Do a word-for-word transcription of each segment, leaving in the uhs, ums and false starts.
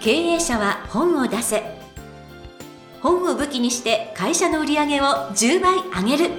経営者は本を出せ。本を武器にして会社の売り上げをじゅうばい上げる。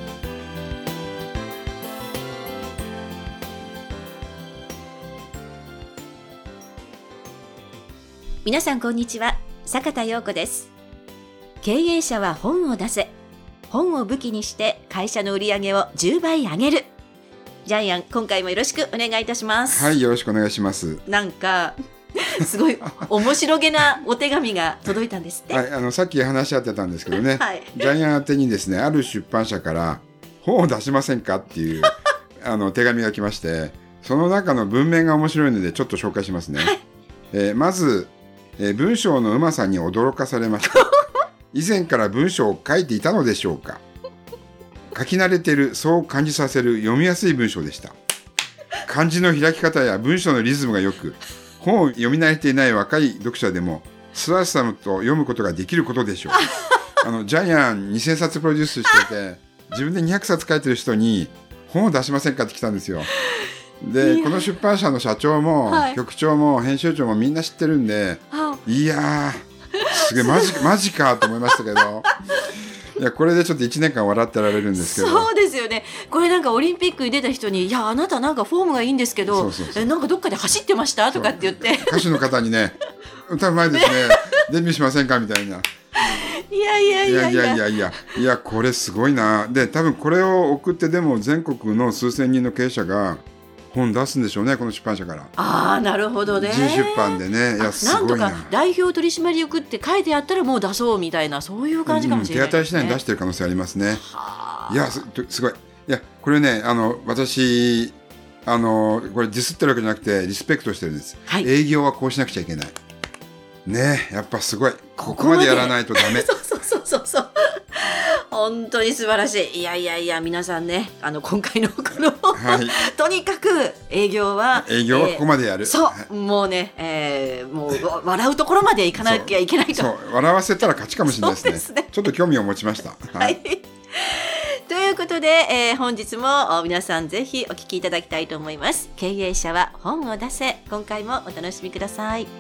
皆さんこんにちは、坂田陽子です。経営者は本を出せ。本を武器にして会社の売り上げをじゅうばい上げる。ジャイアン、今回もよろしくお願いいたします。 はい、よろしくお願いします。 なんかすごい面白げなお手紙が届いたんですって。 はい、あのさっき話し合ってたんですけどね、 はい、 ジャイアン宛てにですね、ある出版社から本を出しませんかっていうあの手紙が来まして、その中の文面が面白いのでちょっと紹介しますね。はい、えー、まず、えー、文章のうまさに驚かされました。以前から文章を書いていたのでしょうか。書き慣れている、そう感じさせる読みやすい文章でした。漢字の開き方や文章のリズムがよく、本を読み慣れていない若い読者でもスラスラと読むことができることでしょう。あのジャイアンにせんさつプロデュースしてて、自分でにひゃくさつ書いてる人に本を出しませんかって来たんですよ。で、この出版社の社長も、はい、局長も編集長もみんな知ってるんで、いやーすげえマジマジかと思いましたけど、いやこれでちょっといちねんかん笑ってられるんですけど。 そうですよね。これなんかオリンピックに出た人に、いやあなたなんかフォームがいいんですけど、そうそうそう、えなんかどっかで走ってましたとかって言って、 歌手の方にね、歌うまいですね、デビューしませんかみたいな。 いやいやいやいやいやいやいやいや、これすごいな。で多分これを送ってでも全国の数千人の経営者が本出すんでしょうね、この出版社から。 ああ、なるほどね。 自主出版でね。いやすごいな。 なんとか代表取締役って書いてあったらもう出そうみたいな、そういう感じかもしれない、ね、 うん、手当たり次第に出してる可能性ありますね。いや す, すごい。いやこれね、あの私あのこれディスってるわけじゃなくてリスペクトしてるんです、はい、営業はこうしなくちゃいけないね。やっぱすごい、ここまでやらないとダメ。 そうそうそうそうそう、本当に素晴らしい。いやいやいや、皆さんね、あの今回のこの、はい、とにかく営業は営業はここまでやる、えー、 そう、はい、もうね、えー、もう笑うところまでいかなきゃいけないと。 そうそう、笑わせたら勝ちかもしれないですね。ですね、ちょっと興味を持ちました。はい、はい、 ということで、えー、本日も皆さんぜひお聞きいただきたいと思います。経営者は本を出せ。今回もお楽しみください。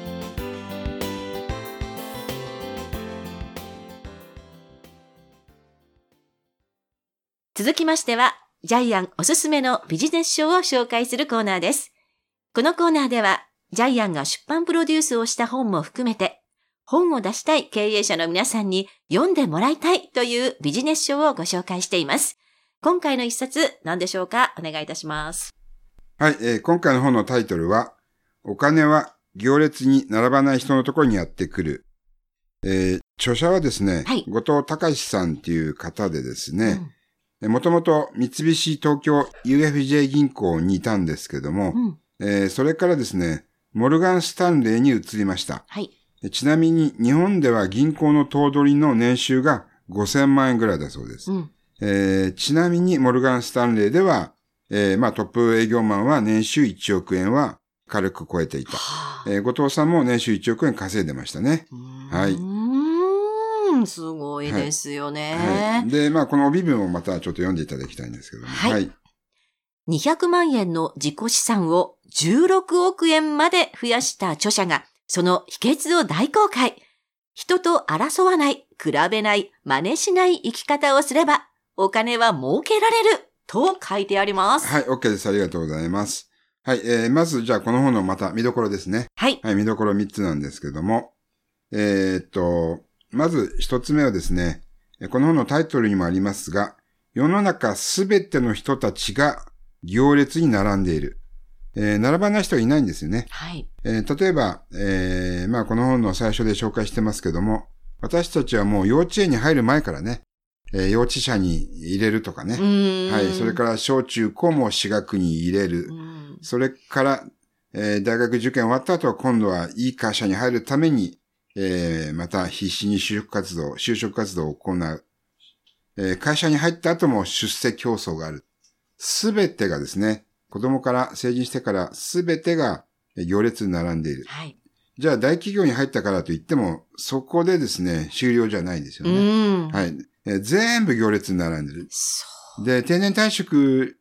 続きましては、ジャイアンおすすめのビジネス書を紹介するコーナーです。このコーナーでは、ジャイアンが出版プロデュースをした本も含めて、本を出したい経営者の皆さんに読んでもらいたいというビジネス書をご紹介しています。今回の一冊、何でしょうか？お願いいたします。 はい、えー、今回の本のタイトルは、お金は行列に並ばない人のところにやってくる。えー、著者はですね、はい、後藤隆さんという方でですね、うん、もともと三菱東京 ユーエフジェー 銀行にいたんですけども、うん、えー、それからですね、モルガン・スタンレーに移りました。はい、ちなみに日本では銀行の頭取の年収がごせんまんえんぐらいだそうです。うん、えー、ちなみにモルガン・スタンレーでは、えー、まあトップ営業マンは年収いちおくえんは軽く超えていた。えー、後藤さんも年収いちおくえん稼いでましたね。はい。 すごいですよね。 はいはい、で、まあ、この帯文をまたちょっと読んでいただきたいんですけども。はい。はい、 にひゃくまんえんの自己資産をじゅうろくおくえんまで増やした著者が、その秘訣を大公開。人と争わない、比べない、真似しない生き方をすれば、お金は儲けられると書いてあります。 はい、OK です。ありがとうございます。はい、えー、まず、じゃあ、この本のまた見どころですね。はい。はい、見どころみっつなんですけども。えー、っと、まず一つ目はですね、この本のタイトルにもありますが、世の中すべての人たちが行列に並んでいる。えー、並ばない人はいないんですよね。はい。えー、例えば、えー、まあこの本の最初で紹介してますけども、私たちはもう幼稚園に入る前からね、えー、幼稚舎に入れるとかね。はい。それから小中高も私学に入れる。それから、えー、大学受験終わった後は今度はいい会社に入るために、えー、また必死に就職活動、就職活動を行う。えー、会社に入った後も出世競争がある。すべてがですね、子供から成人してからすべてが行列に並んでいる。はい。じゃあ大企業に入ったからといっても、そこでですね、終了じゃないんですよね。うん。はい。えー、全部行列に並んでる。そう。で、定年退職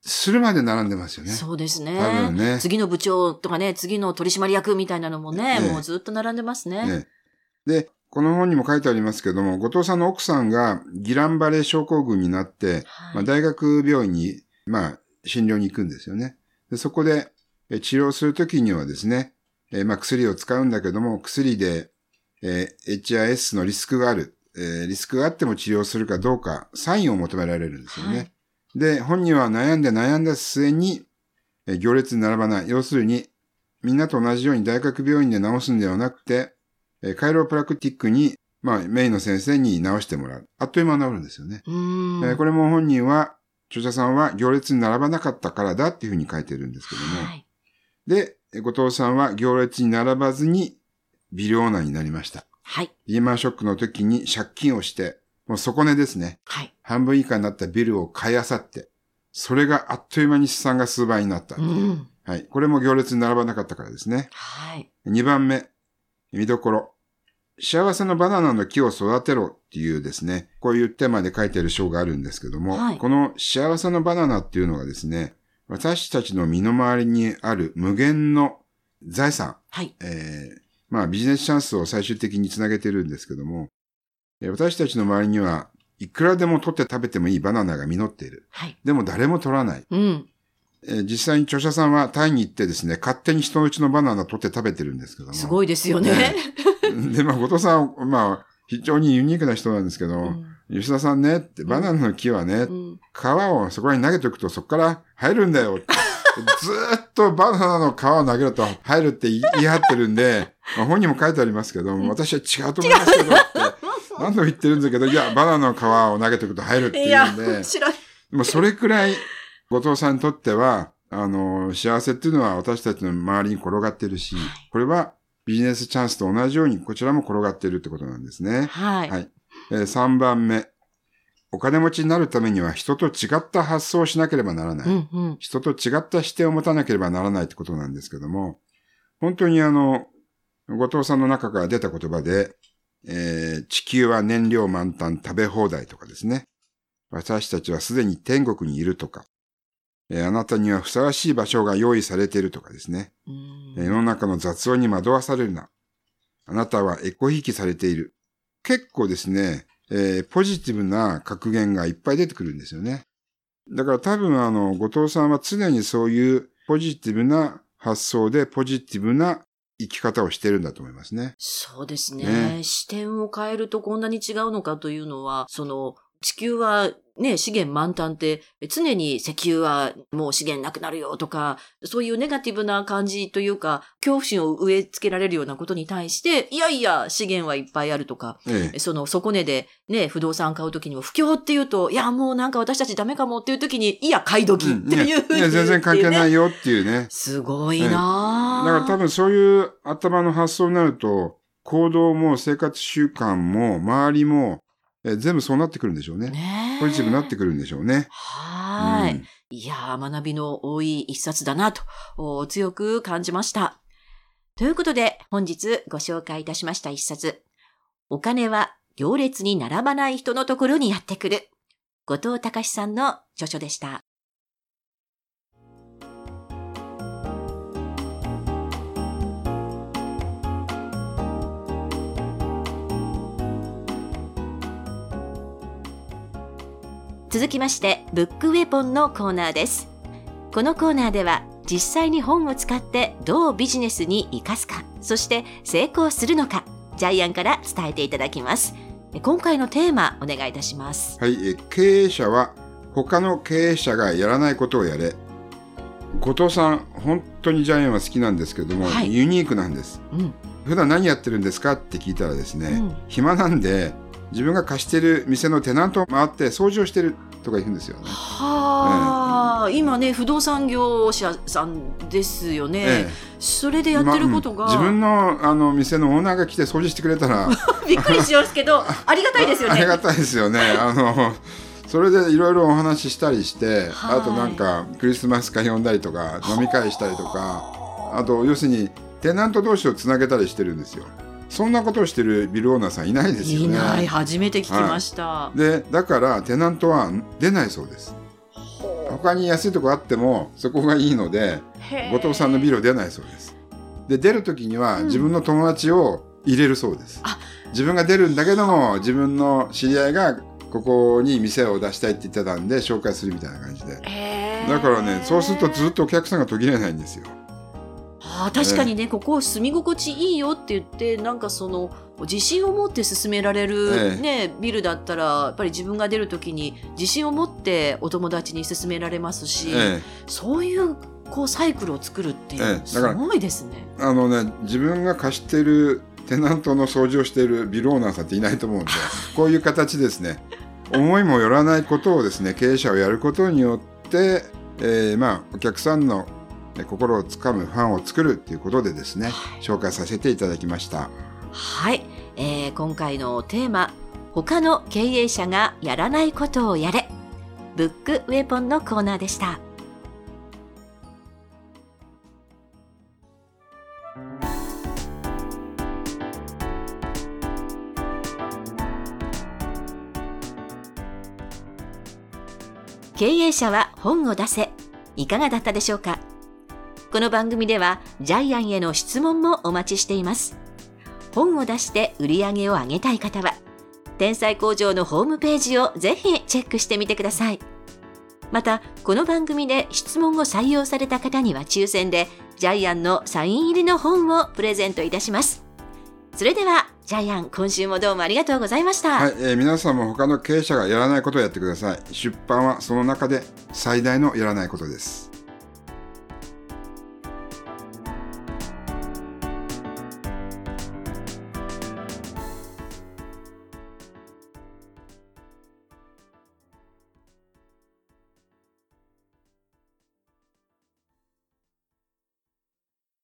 するまで並んでますよね。 そうですね。 多分ね。 次の部長とかね、次の取締役みたいなのもね、 ねもうずっと並んでますね。 ねで、この本にも書いてありますけども、後藤さんの奥さんがギランバレー症候群になって、はい、まあ、大学病院に、まあ、診療に行くんですよね。でそこで治療するときにはですね、えー、まあ薬を使うんだけども、薬で、えー、エイチアイエス のリスクがある、えー、リスクがあっても治療するかどうか、サインを求められるんですよね。はい、で、本人は悩んで悩んだ末に、えー、行列に並ばない。要するに、みんなと同じように大学病院で治すんではなくて、えー、カイロプラクティックに、まあ、メインの先生に治してもらう。あっという間に治るんですよね。 うーん、 えー、これも本人は、著者さんは行列に並ばなかったからだっていうふうに書いてるんですけども。はい、で、後藤さんは行列に並ばずにビルオーナーになりました。 はい。 リーマンショックの時に借金をして、もう底値ですね。 はい。 半分以下になったビルを買い漁って、それがあっという間に資産が数倍になった。うん、はい。これも行列に並ばなかったからですね。 はい。 にばんめ、見どころ。幸せのバナナの木を育てろっていうですね、こういうテーマで書いている章があるんですけども、はい、この幸せのバナナっていうのがですね、私たちの身の回りにある無限の財産、はい、えー、まあビジネスチャンスを最終的につなげてるんですけども、私たちの周りにはいくらでも取って食べてもいいバナナが実っている。はい、でも誰も取らない。うん、えー、実際に著者さんはタイに行ってですね、勝手に人のうちのバナナ取って食べてるんですけども。 すごいですよね。ねで、まあ、後藤さん、まあ、非常にユニークな人なんですけど、うん、吉田さんねって、バナナの木はね、うん、皮をそこに投げておくとそこから生えるんだよって。ずーっとバナナの皮を投げると生えるって言い張ってるんで、まあ、本にも書いてありますけど、うん、私は違うと思いますけどって、何度も言ってるんだけど、いや、バナナの皮を投げておくと生えるって言うんで、いや、面白い。もうそれくらい、後藤さんにとっては、あの、幸せっていうのは私たちの周りに転がってるし、これは、ビジネスチャンスと同じようにこちらも転がっているってことなんですね。はい。はい。えー、さんばんめ。お金持ちになるためには人と違った発想をしなければならない。うんうん、人と違った視点を持たなければならないってことなんですけども、本当にあの、後藤さんの中から出た言葉で、えー、地球は燃料満タン食べ放題とかですね。私たちはすでに天国にいるとか。えー、あなたにはふさわしい場所が用意されているとかですね。世の中の雑音に惑わされるな。あなたはエコひいきされている。結構ですね、えー、ポジティブな格言がいっぱい出てくるんですよね。だから多分あの、後藤さんは常にそういうポジティブな発想でポジティブな生き方をしてるんだと思いますね。 そうですね。ね、視点を変えるとこんなに違うのかというのは、その、地球はね、資源満タンって常に石油はもう資源なくなるよとか、そういうネガティブな感じというか、恐怖心を植え付けられるようなことに対して、いやいや資源はいっぱいあるとか、ええ、その底値でね、不動産買うときにも不況っていうと、いやもうなんか私たちダメかもっていうときに、いや買い時っていうふうに、ね、 いや全然関係ないよっていうね。 すごいなぁ、 ええ、だから多分そういう頭の発想になると、行動も生活習慣も周りもえ全部そうなってくるんでしょうね。ね、ポジティブになってくるんでしょうね。 はい、うん。いやー、学びの多い一冊だなと強く感じました。ということで、本日ご紹介いたしました一冊。お金は行列に並ばない人のところにやってくる。後藤隆さんの著書でした。続きまして、ブックウェポンのコーナーです。このコーナーでは、実際に本を使ってどうビジネスに生かすか、そして成功するのか、ジャイアンから伝えていただきます。今回のテーマ、お願いいたします。 はい、経営者は他の経営者がやらないことをやれ。後藤さん、本当にジャイアンは好きなんですけども、はい、ユニークなんです、うん。普段何やってるんですかって聞いたらですね、うん、暇なんで、自分が貸してる店のテナントを回って掃除をしてるとか言うんですよね。 はあ、ええ、今ね不動産業者さんですよね。ええ、それでやってることが、 ま、自分のあの店のオーナーが来て掃除してくれたらびっくりしますけどありがたいですよね。 ありがたいですよね。あのそれでいろいろお話ししたりして、あとなんかクリスマス会呼んだりとか飲み会したりとか、あと要するにテナント同士をつなげたりしてるんですよ。そんなことをしてるビルオーナーさんいないですよね。 いない、初めて聞きました。 はい、でだからテナントは出ないそうです。 他に安いとこあってもそこがいいので、後藤さんのビルを出ないそうです。で出るときには自分の友達を入れるそうです、うん、自分が出るんだけども自分の知り合いがここに店を出したいって言ってたんで紹介するみたいな感じで、だからねそうするとずっとお客さんが途切れないんですよ。 あ、確かにね、ここ住み心地いいよって言ってなんかその自信を持って進められる、ねええ、ビルだったらやっぱり自分が出るときに自信を持ってお友達に勧められますし、ええ、そういうこうサイクルを作るっていうのすごいですね、 ええ、あのね自分が貸しているテナントの掃除をしているビルオーナーさんっていないと思うんでこういう形ですね思いもよらないことをですね経営者をやることによって、えー、まあお客さんの心をつかむファンを作るということでですね、はい、紹介させていただきました。 はい、えー、今回のテーマ、他の経営者がやらないことをやれ、ブックウェポンのコーナーでした。経営者は本を出せ、いかがだったでしょうか。この番組ではジャイアンへの質問もお待ちしています。本を出して売り上げを上げたい方は、天才工場のホームページをぜひチェックしてみてください。また、この番組で質問を採用された方には抽選で、ジャイアンのサイン入りの本をプレゼントいたします。それでは、ジャイアン、今週もどうもありがとうございました。 はい、えー、皆さんも他の経営者がやらないことをやってください。出版はその中で最大のやらないことです。